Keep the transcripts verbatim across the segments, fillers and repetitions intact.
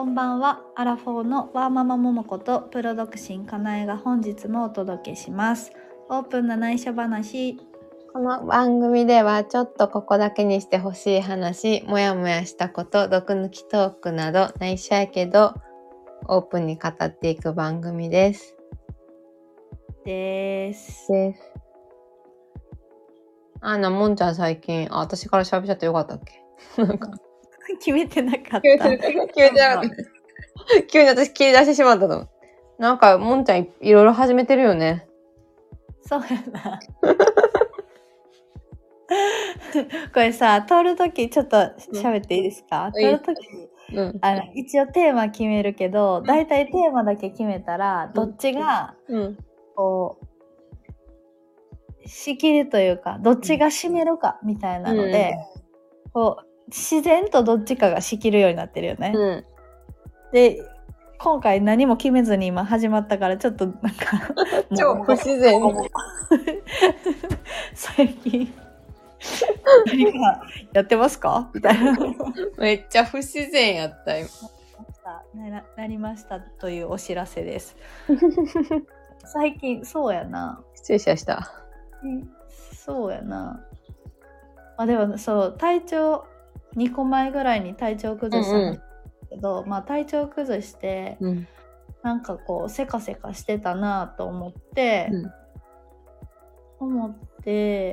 んばんは。アラフォーのワーママももことプロ独身かなえが本日もお届けします。オープンな内緒話。 この番組ではちょっとここだけにしてほしい話、もやもやしたこと、毒抜きトークなど内緒やけどオープンに語っていく番組ですですですあんなもんちゃん最近、あ、私から喋っちゃってよかったっけなんか決めてなかった。 決めて決めてなかった急に私切り出してしまったと。なんかもんちゃん い, いろいろ始めてるよね。 そうやなこれさ、撮るときちょっと喋っていいですか？ うん撮るとき、 うん、 あの一応テーマ決めるけど、だいたいテーマだけ決めたら、どっちがうんこう仕切りというか、どっちが締めるかみたいなので、うん、こう自然とどっちかが仕切るようになってるよね。 うん、 で、今回何も決めずに今始まったからちょっとなんか超不自然最近何かやってますかみたいなめっちゃ不自然やった今な, なりましたというお知らせです最近そうやな失礼しました、 うん、そうやなあでもそう体調にこまえぐらいに体調崩したんですけど、うんうん、まあ体調崩して、うん、なんかこうせかせかしてたなと思って、うん、思って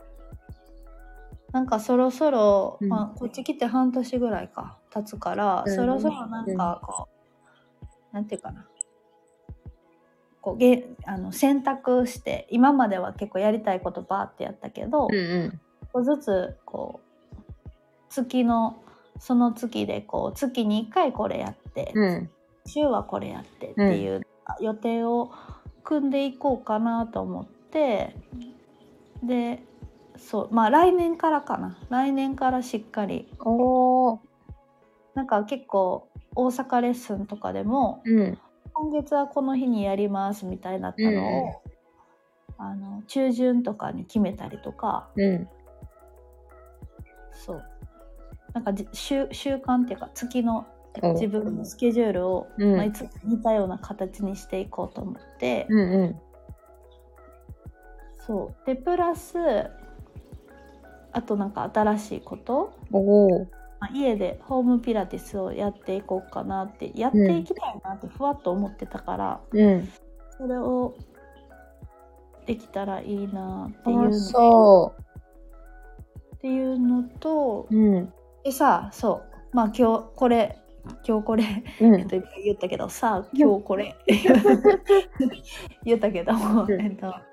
なんかそろそろ、うんまあ、こっち来て半年ぐらいか経つから、うん、そろそろなんかこう、うん、なんていうかなこうげあの選択して今までは結構やりたいことバーってやったけど、うんうん、こうずつこう月のその月でこう月にいっかいこれやって、うん、週はこれやってっていう予定を組んでいこうかなと思って、でそうまあ来年からかな来年からしっかりおなんか結構大阪レッスンとかでも、うん、今月はこの日にやりますみたいなったのを、うん、あの中旬とかに決めたりとか、うん、そうなんか週、週間っていうか月の自分のスケジュールを、うんまあ、いつも似たような形にしていこうと思って、うんうん、そうでプラスあとなんか新しいことお、まあ、家でホームピラティスをやっていこうかなってやっていきたいなってふわっと思ってたから、うん、それをできたらいいなっていうのそうっていうのと、うん、でさそうまあ今日これ今日これ、うん、言ったけどさ今日これ言ったけど、うん、えっとあ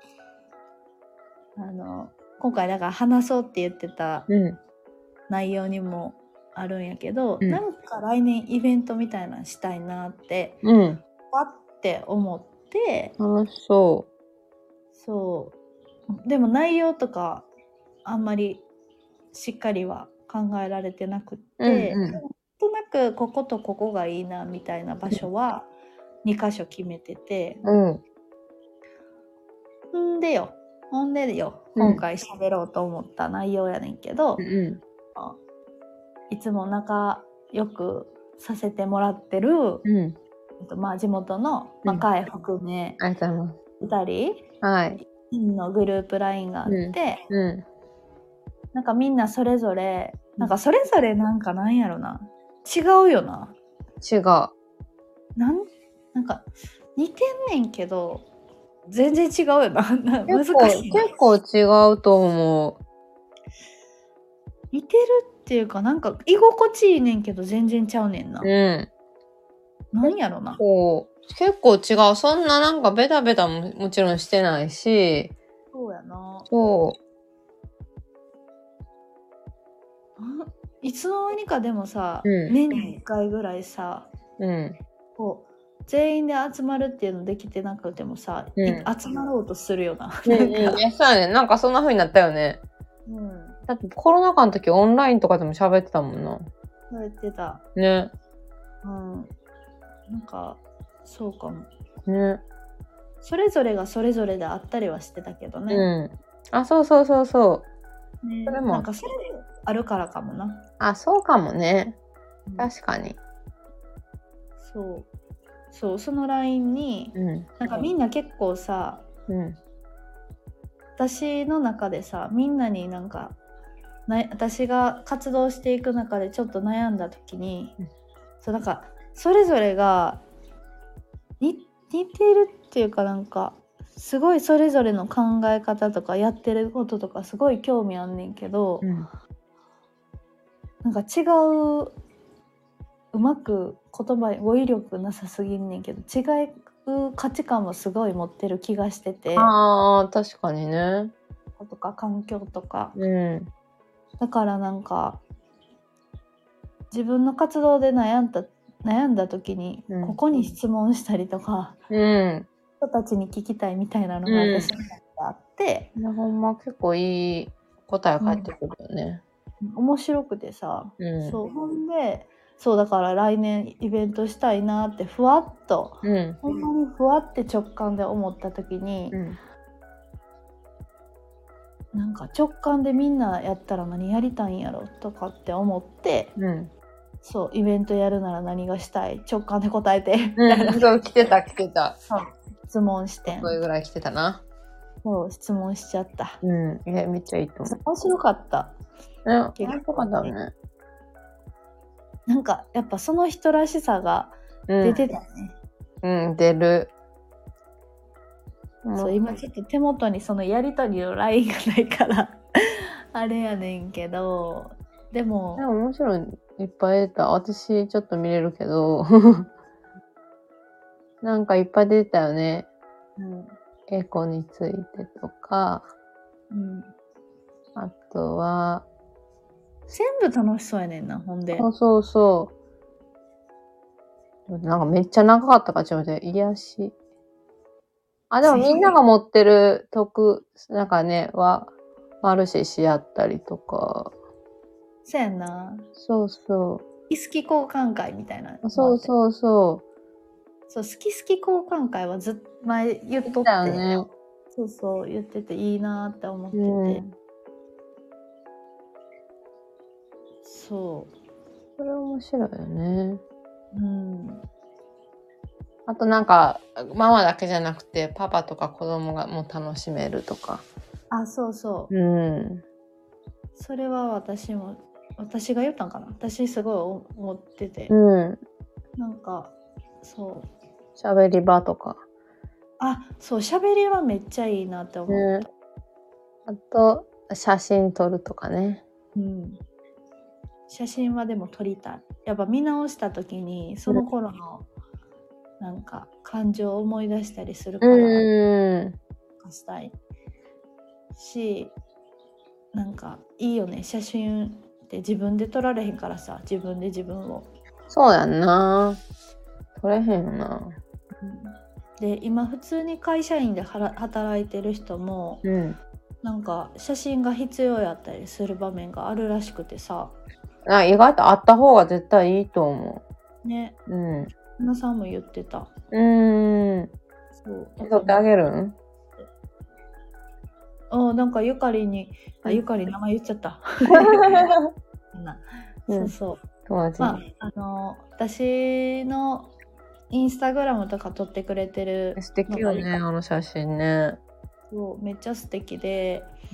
の今回だから話そうって言ってた内容にもあるんやけど、うん、なんか来年イベントみたいなのしたいなってわ、うん、って思ってあそうそうでも内容とかあんまりしっかりは考えられてなくって、うんうん、なんとなくこことここがいいなみたいな場所はにか所決めてて、うん、んでよほんでよ今回喋ろうと思った内容やねんけど、うんうん、いつも仲良くさせてもらってる、うんまあ、地元の若い含め、うん、ふたり、はい、のグループラインがあって、うんうん、なんかみんなそれぞれなんかそれぞれなんかなんやろな違うよな違うなんなんか似てんねんけど全然違うよな難しい結構違うと思う似てるっていうかなんか居心地いいねんけど全然ちゃうねんなうんなんやろな結構違うそんななんかベタベタももちろんしてないしそうやなそういつの間にかでもさ、うん、年にいっかいぐらいさ、うん、こう全員で集まるっていうのできてなくてもさ、うん、集まろうとするよな。 うん、なんか、うん、いやそうやね。なんかそんな風になったよね。うん、だってコロナ禍の時オンラインとかでも喋ってたもんな。 喋ってた。 ね。 うん。なんかそうかも。ね。それぞれがそれぞれであったりはしてたけどね。 うん。あ、そうそうそうそう。 ね、それもなんかそれあるからかもな。 あ、そうかもね。確かに。 そうそうその ライン に、 うん、 なんかみんな結構さ、 うん、 私の中でさ、みんなになんかな私が活動していく中でちょっと悩んだ時に、 うん、 そうなんかそれぞれが似似てるっていうか、なんかすごいそれぞれの考え方とかやってることとかすごい興味あんねんけど、 うん、 なんか違う、うまく言葉に語彙力なさすぎんねんけど、違う価値観もすごい持ってる気がしてて、 ああ、確かにね。 とか環境とか、 うん、 だからなんか自分の活動で悩んだ悩んだ時に、 うん、 ここに質問したりとか、 うん、 人たちに聞きたいみたいなのがうん。 私の中であって、 いや、ほんま結構いい答え返ってくるよね。 面白くてさ、 うん、 そうほんで、そうだから来年イベントしたいなってふわっと、 うん、 ほんまにふわって直感で思った時に、 うん、 なんか直感でみんなやったら何やりたいんやろとかって思って、 うん。 そうイベントやるなら何がしたい、直感で答えてみうたいな、 ん、そう来てた来てた。 そう質問してんそれぐらい来てたな。 そう質問しちゃった。 うん、いや、めっちゃいいと思う。 面白かった。 え、面白かったね。 なんかやっぱその人らしさが出てたね。 うん、うん、出る。 そう今ちょっと手元にそのやりとりのラインがないからあれやねんけど、でもでも面白い、いっぱい出た。私ちょっと見れるけどなんかいっぱい出てたよね。 うん、 エコについてとか、 うん、 あとは全部楽しそうやねんな。ほんでそうそうそう。なんかめっちゃ長かったからちょっと待って、癒し。あ、でもみんなが持ってる徳、なんかね、は、マルシェし合ったりとか。 そうやんな。 そうそ好き好き交換会みたいなのもあっう。 て、 そうそうそそう好き好き交換会はずっと前言っとって、 だよね。 そうそう言ってていいなって思ってて、 うん。 そうそれ面白いよね。 うん。 あとなんか、ママだけじゃなくて、パパとか子供がもう楽しめるとか。 あ、そうそう。 うん。 それは私も、私が言ったんかな。私すごい思ってて。 うん。 なんか、そう。 喋り場とか。 あ、そう、喋りはめっちゃいいなって思った。 ね、あと、写真撮るとかね。 うん。写真はでも撮りたい。やっぱ見直した時に、その頃の、なんか、感情を思い出したりするから、 うん。 したいし、なんかいいよね、写真って自分で撮られへんからさ、自分で自分を。 そうやんな。撮れへんよな。 うん、で今普通に会社員で働いてる人も、 うん、 なんか写真が必要やったりする場面があるらしくてさ。 あ、意外とあった方が絶対いいと思うね。 うん。 皆さんも言ってた。 うーん。 そう撮ってあげるん？ あ、なんかゆかりに、あ、ゆかり名前言っちゃったそうそう、 友達、 まあ、あの私のインスタグラムとか撮ってくれてる、 素敵よね、あの写真ね。 そうめっちゃ素敵で、 うん、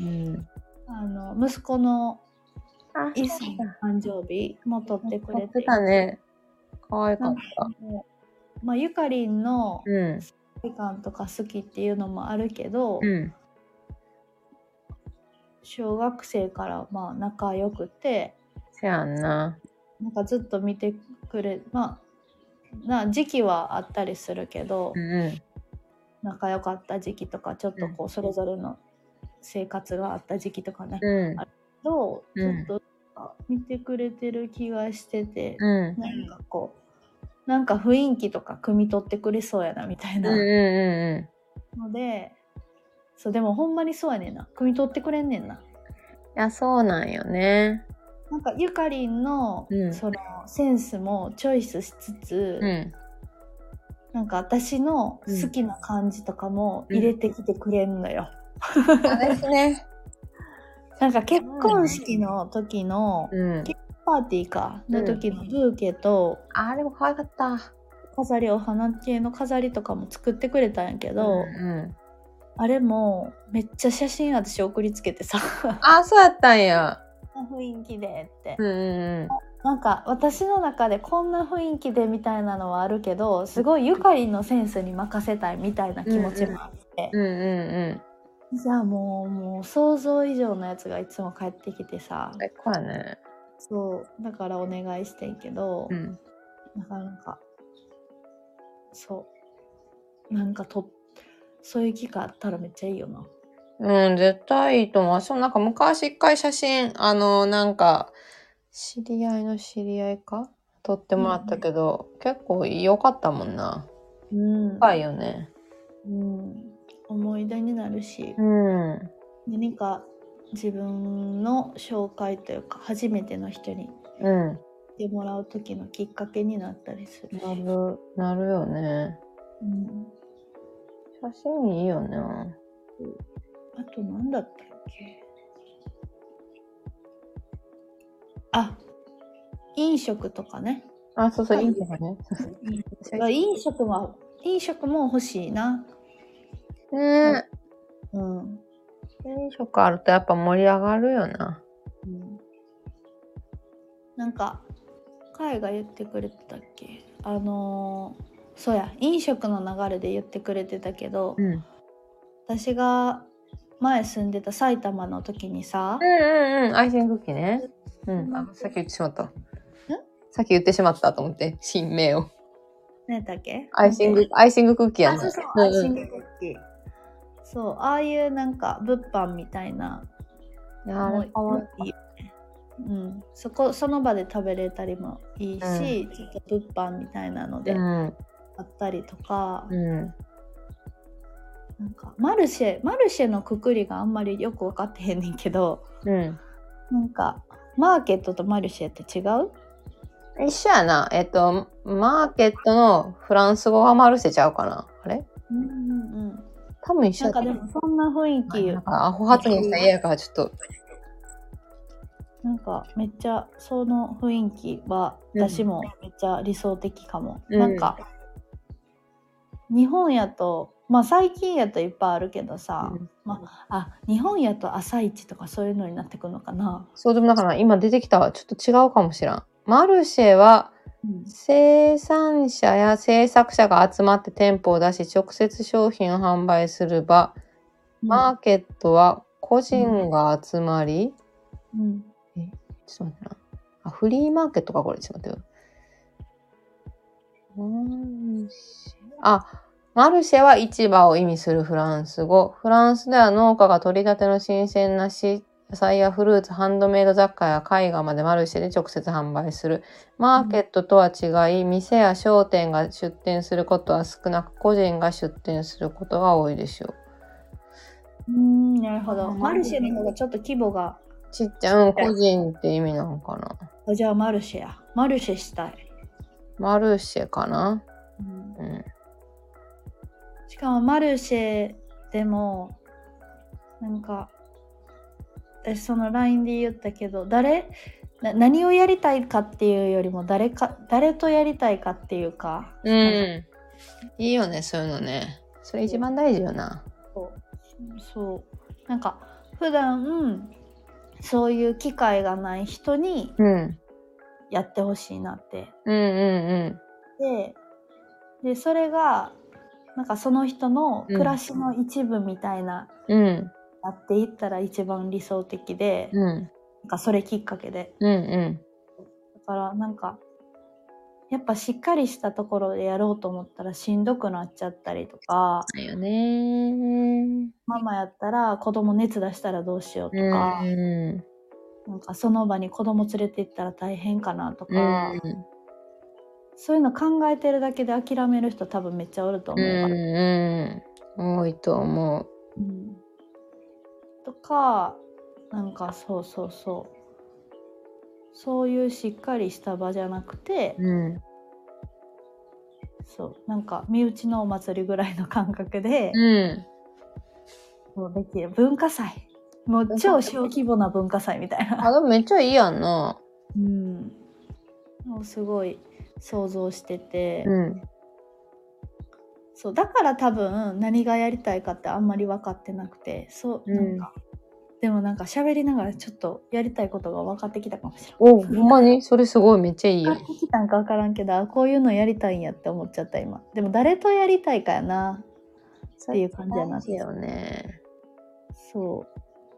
あの息子のいっさいの誕生日も撮ってくれて、 撮ってたね。可愛かった。 まあ、ゆかりんのうん世界観とか好きっていうのもあるけど、 うん、 小学生からまあ仲良くて、 せやんな。 なんかずっと見てくれ、まあな時期はあったりするけど、 うんうん、 仲良かった時期とかちょっとこうそれぞれの生活があった時期とかね、 うん、 あるけど、 うん、 ずっと見てくれてる気がしてて、 うん、 なんかこうなんか雰囲気とか汲み取ってくれそうやなみたいなうんうんうんので、そうでもほんまにそうやねんな、汲み取ってくれんねんな。 いや、そうなんよね。 なんかゆかりんの、 うん、 そのセンスもチョイスしつつ、 うん、 なんか私の好きな感じとかも入れてきてくれんのよ。 そうですね。 なんか結婚式の時の、 うん、 結婚パーティーかの時のブーケと、 うん、あれも可愛かった。 飾り、お花系の飾りとかも作ってくれたんやけど、 うん、 あれもめっちゃ写真私送りつけてさあ、そうやったんや。 雰囲気でって、 うんうんなんか私の中でこんな雰囲気でみたいなのはあるけど、すごいゆかりのセンスに任せたいみたいな気持ちもあって、 うんうんうん。 じゃあもうもう想像以上のやつがいつも返ってきてさ、 最高やね。 そうだからお願いしてんけど、 うん。 なかなかそうなんかとそういう機会あったらめっちゃいいよな。 うん、絶対いいと思う。そう、なんか昔一回写真、あの、なんか、知り合いの知り合いか撮ってもらったけど、うん、結構良かったもんな。 うん。 深いよね。 うん。思い出になるし、 うん。 何か自分の紹介というか、初めての人にうん。 してもらう時のきっかけになったりするし。 なる、なるよね。 うん。 写真いいよね。 あと何だったっけ？あ、飲食とかね。 あ、そうそう、飲食ね。 飲食も、飲食も欲しいな。 ねえ。 うん。 飲食あるとやっぱ盛り上がるよな。 うん。なんか、カイが言ってくれてたっけ？あのー、そうや、飲食の流れで言ってくれてたけど、 うん、 私が前住んでた埼玉の時にさ、 うんうんうん、アイシングクッキーね。うん、あ、さっき言ってしまった。さっき言ってしまったと思って、新名を。 何だっけ？ アイシング、アイシングクッキーやん。 あ、そうそう、アイシングクッキー。そう、ああいうなんか物販みたいな。もういいよね。うん、そこその場で食べれたりもいいし、うん、ちょっと物販みたいなのであったりとか、うん、なんかマルシェマルシェのくくりがあんまりよく分かってへんねんけど、うん、なんかマーケットとマルシェって違う？ 一緒やな。えっとマーケットのフランス語がマルシェちゃうかな。あれ？うんうんうん。多分一緒やった。 なんかでもそんな雰囲気。 なんかアホ発言したら嫌やからちょっと。 なんかめっちゃその雰囲気は私もめっちゃ理想的かも、うん、なんか日本やとまあ最近やといっぱいあるけどさ、うん、まあ、あ日本やと朝市とかそういうのになってくるのかな。 そうでもだから今出てきたわ。ちょっと違うかもしらん。マルシェは生産者や制作者が集まって店舗を出し直接商品を販売する場、うん、マーケットは個人が集まり、うんうんえちょっと待ってな。あ、フリーマーケットか、これ。ちょっと待ってよ。マルシェ。あ、マルシェは市場を意味するフランス語。フランスでは農家が取り立ての新鮮な野菜やフルーツ、ハンドメイド雑貨や絵画までマルシェで直接販売する。マーケットとは違い、店や商店が出店することは少なく、個人が出店することが多いでしょう。うーん、なるほど。マルシェの方がちょっと規模がちっちゃい、うん、個人って意味なのかな。 あ、じゃあマルシェや。マルシェしたい。 マルシェかな。 うんうん、しかもマルシェでもなんか私その ライン で言ったけど、誰な何をやりたいかっていうよりも誰か誰とやりたいかっていうか。 うん。いいよね、そういうのね。それ一番大事よな。 そうそうなんか普段そういう機会がない人にやってほしいなって、 うんうんうん、 で, でそれがなんかその人の暮らしの一部みたいな、うん、やっていったら一番理想的で、うん、なんかそれきっかけで、うんうん、だからなんかやっぱしっかりしたところでやろうと思ったらしんどくなっちゃったりとか、 だよね。 ママやったら子供熱出したらどうしようとか、うん、なんかその場に子供連れて行ったら大変かなとか、うん、そういうの考えてるだけで諦める人多分めっちゃおると思うから、うんうん、多いと思う、うん、 とかなんかそうそうそうそういうしっかりした場じゃなくて、うん、そうなんか身内のお祭りぐらいの感覚で、うん、もうできる文化祭もう超小規模な文化祭みたいな。 あ、でもめっちゃいいやんな。 うん。もうすごい想像してて、うん、 そうだから多分何がやりたいかってあんまり分かってなくて、そうなんか、うん、でもなんか喋りながらちょっとやりたいことが分かってきたかもしれない。 お、ほんまにそれすごいめっちゃいいよ。 分かってきたんか分からんけど、こういうのやりたいんやって思っちゃった今。でも誰とやりたいかやなっていう感じやな。 そうよね。 そう。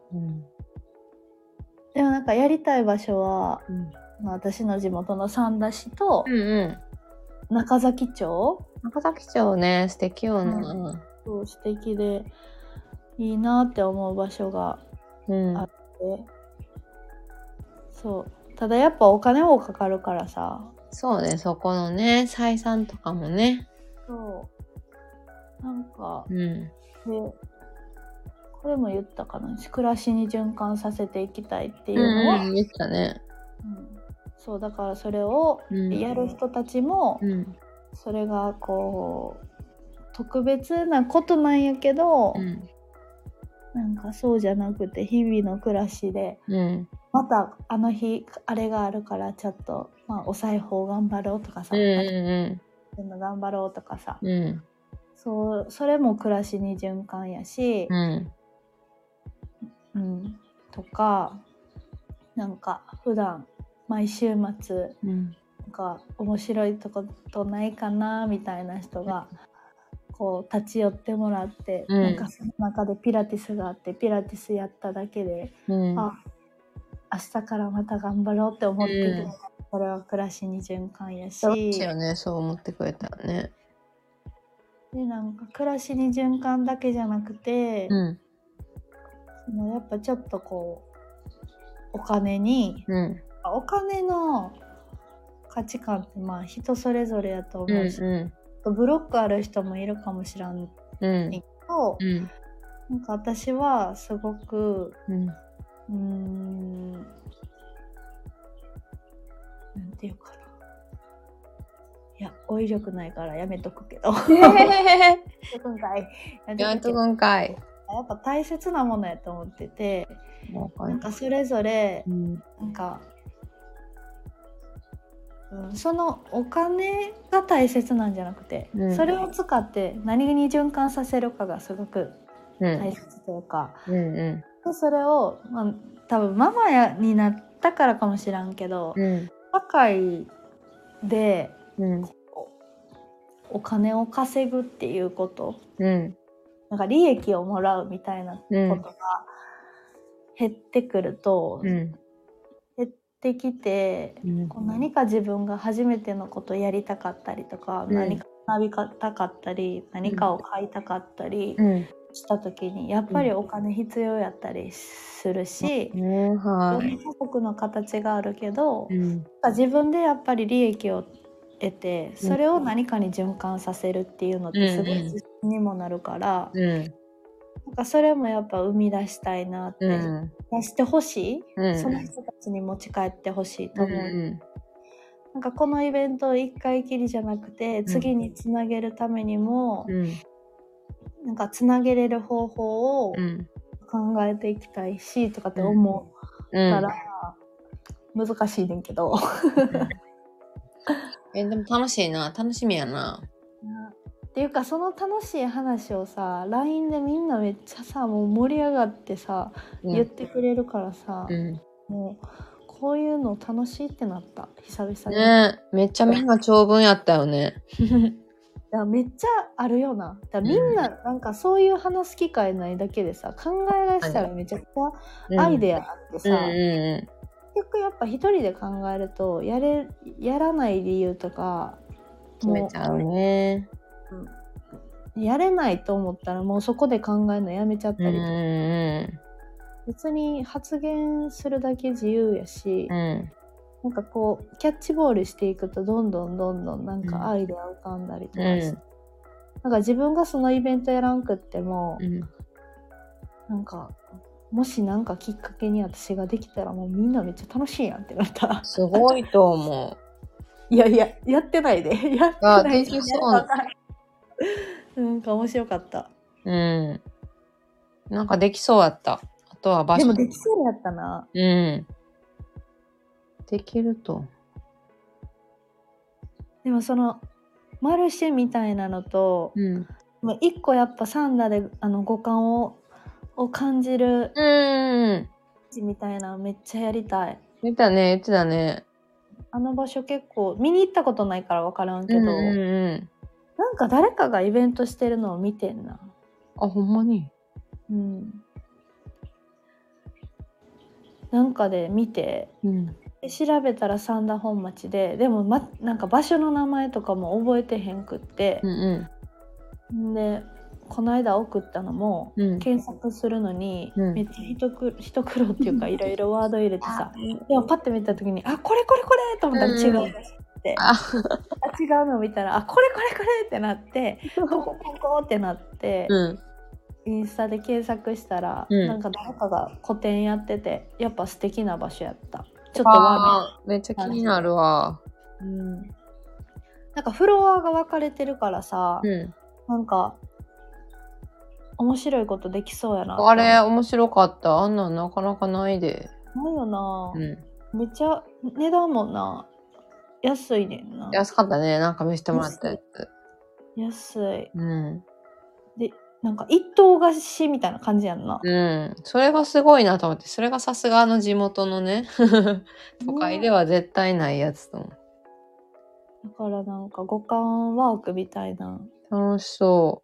うん。 でもなんかやりたい場所は、うんまあ、私の地元の三田市と、 うんうん、 中崎町中崎町ね、素敵よな、 うん、そう素敵でいいなって思う場所があって、うん、そうただやっぱお金もかかるからさ。 そうね、そこのね採算とかもね。 そうなんか、 うん、でこれも言ったかな、暮らしに循環させていきたいっていうのは、 うんうん、言ったね、 うん、そうだからそれをやる人たちも、うん、それがこう特別なことなんやけど、うん、なんかそうじゃなくて日々の暮らしで、うん、またあの日あれがあるからちょっと、まあ、お裁縫頑張ろうとかさ、うんうん、頑張ろうとかさ、うん、そうそれも暮らしに循環やし、うんうん、とかなんか普段毎週末、うん、なんか面白いとことないかなみたいな人がこう立ち寄ってもらって、うん、なんかその中でピラティスがあってピラティスやっただけで、うん、あ明日からまた頑張ろうって思ってくれた、うん、それは暮らしに循環やし。そうですよね、そう思ってくれたらね。でなんか暮らしに循環だけじゃなくて、うん、そのやっぱちょっとこうお金に、うん、お金の価値観ってまあ人それぞれやと思うし、うんうん、ブロックある人もいるかもしれないけど、うん、なんか私はすごく、うん、うーんなんていうかな、いや語彙力ないからやめとくけど、えー、やめとくんかい。やっぱ大切なものやと思ってて、なんかそれぞれ、うん、なんか、うん、そのお金が大切なんじゃなくて、うん、それを使って何に循環させるかがすごく大切というか、うんうん、それを、まあ、多分ママやになったからかもしらんけど、うん、社会で、うん、お金を稼ぐっていうこと、うんなんか利益をもらうみたいなことが減ってくると、うん、減ってきて、うん、こう何か自分が初めてのことをやりたかったりとか、うん、何か学びたかったり、うん、何かを買いたかったりした時に、うん、やっぱりお金必要やったりするし、うん、はい、家族の形があるけど、うん、自分でやっぱり利益を得てそれを何かに循環させるっていうのってすごい自信にもなるから、うん、なんかそれもやっぱ生み出したいなって、うん、出してほしい、うん、その人たちに持ち帰ってほしいと思う、うん、なんかこのイベントを一回きりじゃなくて次につなげるためにも、うん、なんかつなげれる方法を考えていきたいしとかって思うから、うん、難しいねんけどえでも楽しいな、楽しみやな。 っていうかその楽しい話をさ ライン でみんなめっちゃさもう盛り上がってさ、うん、言ってくれるからさ、うん、もうこういうの楽しいってなった久々にね。めっちゃみんな長文やったよねだめっちゃあるよな。だみんななんかそういう話す機会ないだけでさ考え出したらめちゃくちゃアイデアあってさ、うんうんうん結局やっぱ一人で考えるとやれやらない理由とか決めちゃうね、 うん、やれないと思ったらもうそこで考えるのやめちゃったりとか、うんうん、別に発言するだけ自由やし、うん、なんかこうキャッチボールしていくとどんどんどんどんなんかアイデア浮かんだりとかして、うん、なんか自分がそのイベントやらんくっても、うん、なんかもしなんかきっかけに私ができたらもうみんなめっちゃ楽しいやんってなった。 すごいと思う。いやいややってないで。やってないで。できそう。なんか面白かった。 うん。なんかできそうやった。あとは場所。 でもできそうやったな。 うん。できると。 でもそのマルシェみたいなのと、うん、 もう一個やっぱサンダであの五感をを感じるうんみたいなのめっちゃやりたい。 言ってたね言ってたね。 あの場所結構見に行ったことないから分からんけど、 うんうんうん、 なんか誰かがイベントしてるのを見てんな。 あ、ほんまに。 うん。なんかで見て、 うん、 で調べたら三田本町で、でも、ま、なんか場所の名前とかも覚えてへんくって、 うんうん、でこの間送ったのも、うん、検索するのに、うん、めっちゃ一苦一苦労っていうかいろいろワード入れてさでもパッて見た時にあこれこれこれと思ったら違うらしくて、うん、あ違うの見たらあこれこれこれってなってここここってなって、うん、インスタで検索したら、うん、なんか誰かが個展やっててやっぱ素敵な場所やった。ちょっとわめっちゃ気になるわ。 うん、なんかフロアが分かれてるからさ、うん、なんか面白いことできそうやな。 あれ面白かった。あんなんなかなかないで。 ないよな、うん、めっちゃ値段もな安いねんな。 安かったね。なんか見せてもらったやつ。 安い。 うん。 でなんか一棟貸しみたいな感じやんな。 うん。それがすごいなと思って、それがさすがの地元のね都会では絶対ないやつと思う。 だからなんか五感ワークみたいな。 楽しそう。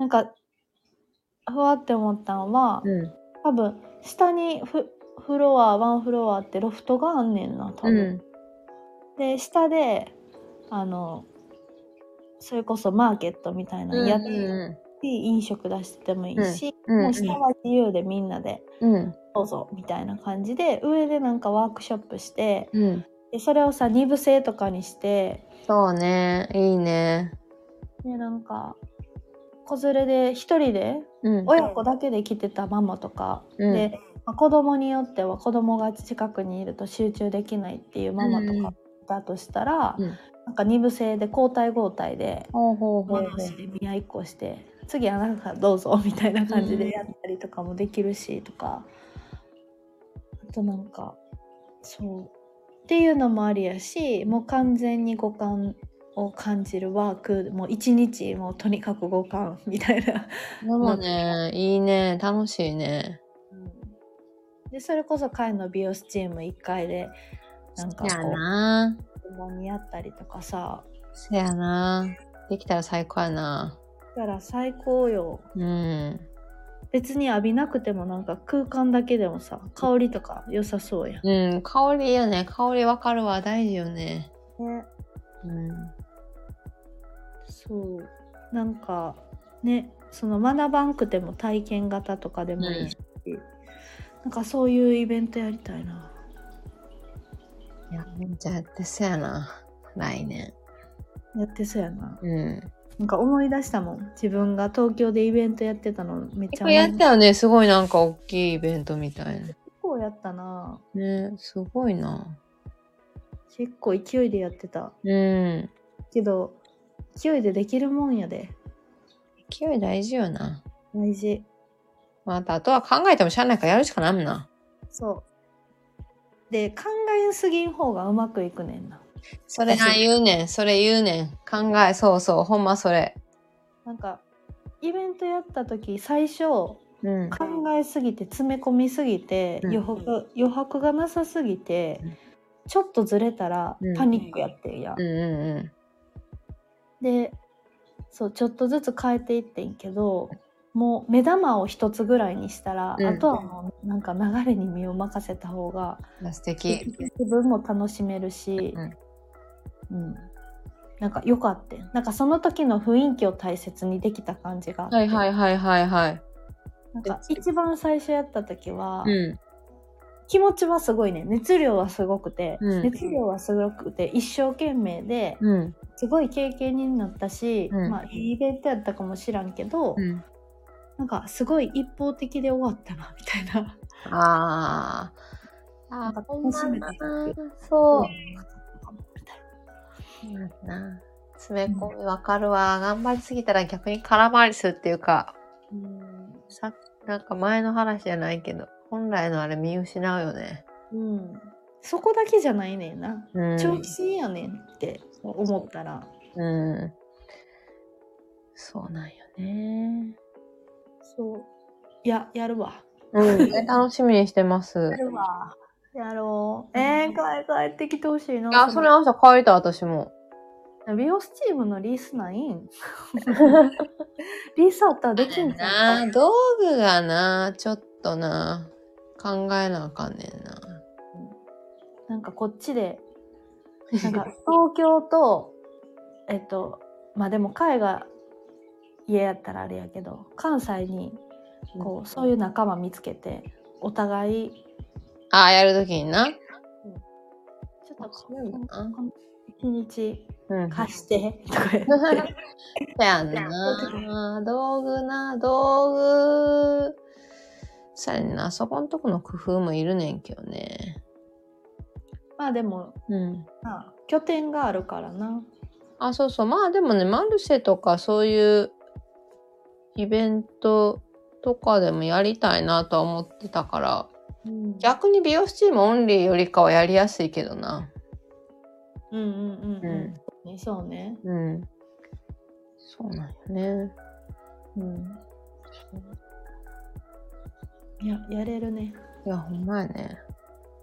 なんかふわって思ったのは、うん、多分下にフフロアワンフロアってロフトがあんねんな多分、うん、で下であのそれこそマーケットみたいなのやって、うんうん、飲食出しててもいいし、うんうん、もう下は自由でみんなで、うん、どうぞみたいな感じで上でなんかワークショップして、うん、でそれをさに部制とかにして。 そうねいいね。 でなんか子連れで一人で、うん、親子だけで来てたママとか、うん、で、まあ、子供によっては子供が近くにいると集中できないっていうママとかだとしたら、うん、なんかに部制で交代交代で話で見合いっこして次あなたどうぞみたいな感じでやったりとかもできるしとか、あとなんかそうっていうのもありやし、もう完全に五感を感じるワークもう一日もうとにかく五感みたいな。 でもねいいね楽しいね、 うん、でそれこそ会の美容スチームいっかいでなんかこうやな共にやったりとかさ。 そやなできたら最高やな。 だから最高よ。 うん別に浴びなくてもなんか空間だけでもさ香りとか良さそうや。 うん香りよね香りわかるわ大事よね。 ねうんそうなんかねその学ばんくても体験型とかでもいいし、うん、なんかそういうイベントやりたいな。 いやめっちゃやってそうやな来年。 やってそうやな。 うんなんか思い出したもん自分が東京でイベントやってたのめっちゃやったよね。すごいなんか大きいイベントみたいな。 結構やったな。 ねすごいな。 結構勢いでやってた。 うんけど勢いでできるもんやで。 勢い大事よな。 大事。 またあとは考えてもしゃあないからやるしかないもんな。 そうで考えすぎん方がうまくいくねんな。 それな言うねんそれ言うねん考えそうそうほんまそれ。 なんかイベントやった時最初、うん、考えすぎて詰め込みすぎて、うん、余白余白がなさすぎて、うん、ちょっとずれたらパニックやってんや、 うんうんうん、 でそうちょっとずつ変えていってんけどもう目玉を一つぐらいにしたら、うん、あとはもうなんか流れに身を任せた方が素敵自分も楽しめるし、うんうん、なんか良かった。なんかその時の雰囲気を大切にできた感じがあって。 はいはいはいはいはい。 なんか一番最初やった時は、うん、気持ちはすごいね。熱量はすごくて、うん、熱量はすごくて一生懸命で、うん、すごい経験になったし、うん、まあいいイベントやったかもしらんけど、うん、なんかすごい一方的で終わったなみたいな。 ああ。 なんか楽しめた。 そう。な詰め込みわかるわ、うん、頑張りすぎたら逆に空回りするっていうか、うん、さなんか前の話じゃないけど本来のあれ見失うよね、 うん、そこだけじゃないねんな、うん、長期戦やねんって思ったらうんそうなんよね。 そう。いや、やるわ。 うん、楽しみにしてます。 やるわ。やろう。えー、帰ってきてほしいな。 いや、それ朝帰りた私も。 美容スチームのリースないんリースあったらできんじゃん。 道具がな、ちょっとな、考えなあかんねんな。 なんかこっちで、なんか東京と、えっと、まあでも海が家やったらあれやけど、関西にこう、うん、そういう仲間見つけて、お互い。 ああ、やるときにな。うん、ちょっとこの一日貸して、とか言って。 そやんな。道具な、道具。さやな、そこんとこの工夫もいるねんけどね。 まあでも、うん、まあ、拠点があるからな。 あ、そうそう。まあでもね、マルシェとかそういうイベントとかでもやりたいなとは思ってたから、うん、逆に美容スチームオンリーよりかはやりやすいけどな。 うんうんうんうん。うん、そうね。 うん。そうなんよね。うん。 いや、やれるね。 いや、ほんまやね。 うん。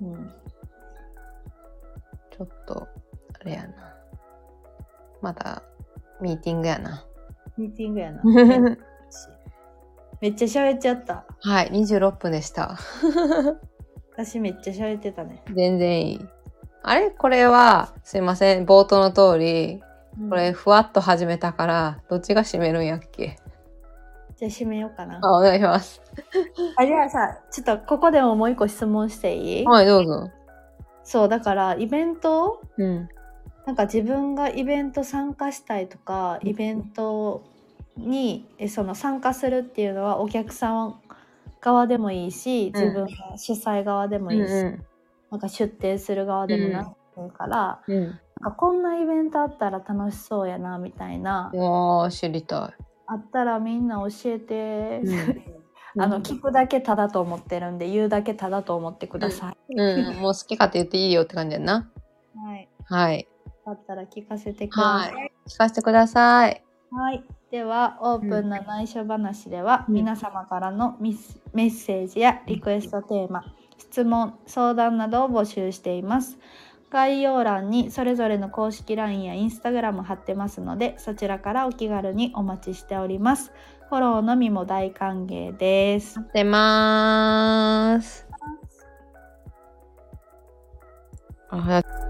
ちょっと、あれやな。まだ、ミーティングやな。 ミーティングやな。めっちゃ喋っちゃった。 はい、にじゅうろっぷんでした。 私めっちゃ喋ってたね。 全然いい。あれこれは、すいません、冒頭の通り、これふわっと始めたから、どっちが締めるんやっけ？ じゃあ締めようかな。 あ、お願いします。 あ、じゃあさ、ちょっとここでももう一個質問していい？ はい、どうぞ。 そう、だからイベント、 うん、 なんか自分がイベント参加したいとか、イベントにその参加するっていうのはお客さん側でもいいし、自分が主催側でもいいし、うんうん、なんか出店する側でもなるから、うん、なんかこんなイベントあったら楽しそうやなみたいな。 いやー、知りたい。 あったらみんな教えて。うん、あの聞くだけただと思ってるんで、言うだけただと思ってください。 うん、うん、もう好き勝手言っていいよって感じやな。 はい。 はい。 だったら聞かせてください。はい、 聞かせてください。 はい。ではオープンな内緒話では、うん、皆様からのメッセージやリクエストテーマ、質問、相談などを募集しています。概要欄にそれぞれの公式 ライン や インスタグラム 貼ってますので、そちらからお気軽にお待ちしております。フォローのみも大歓迎です。 待ってまーす。あ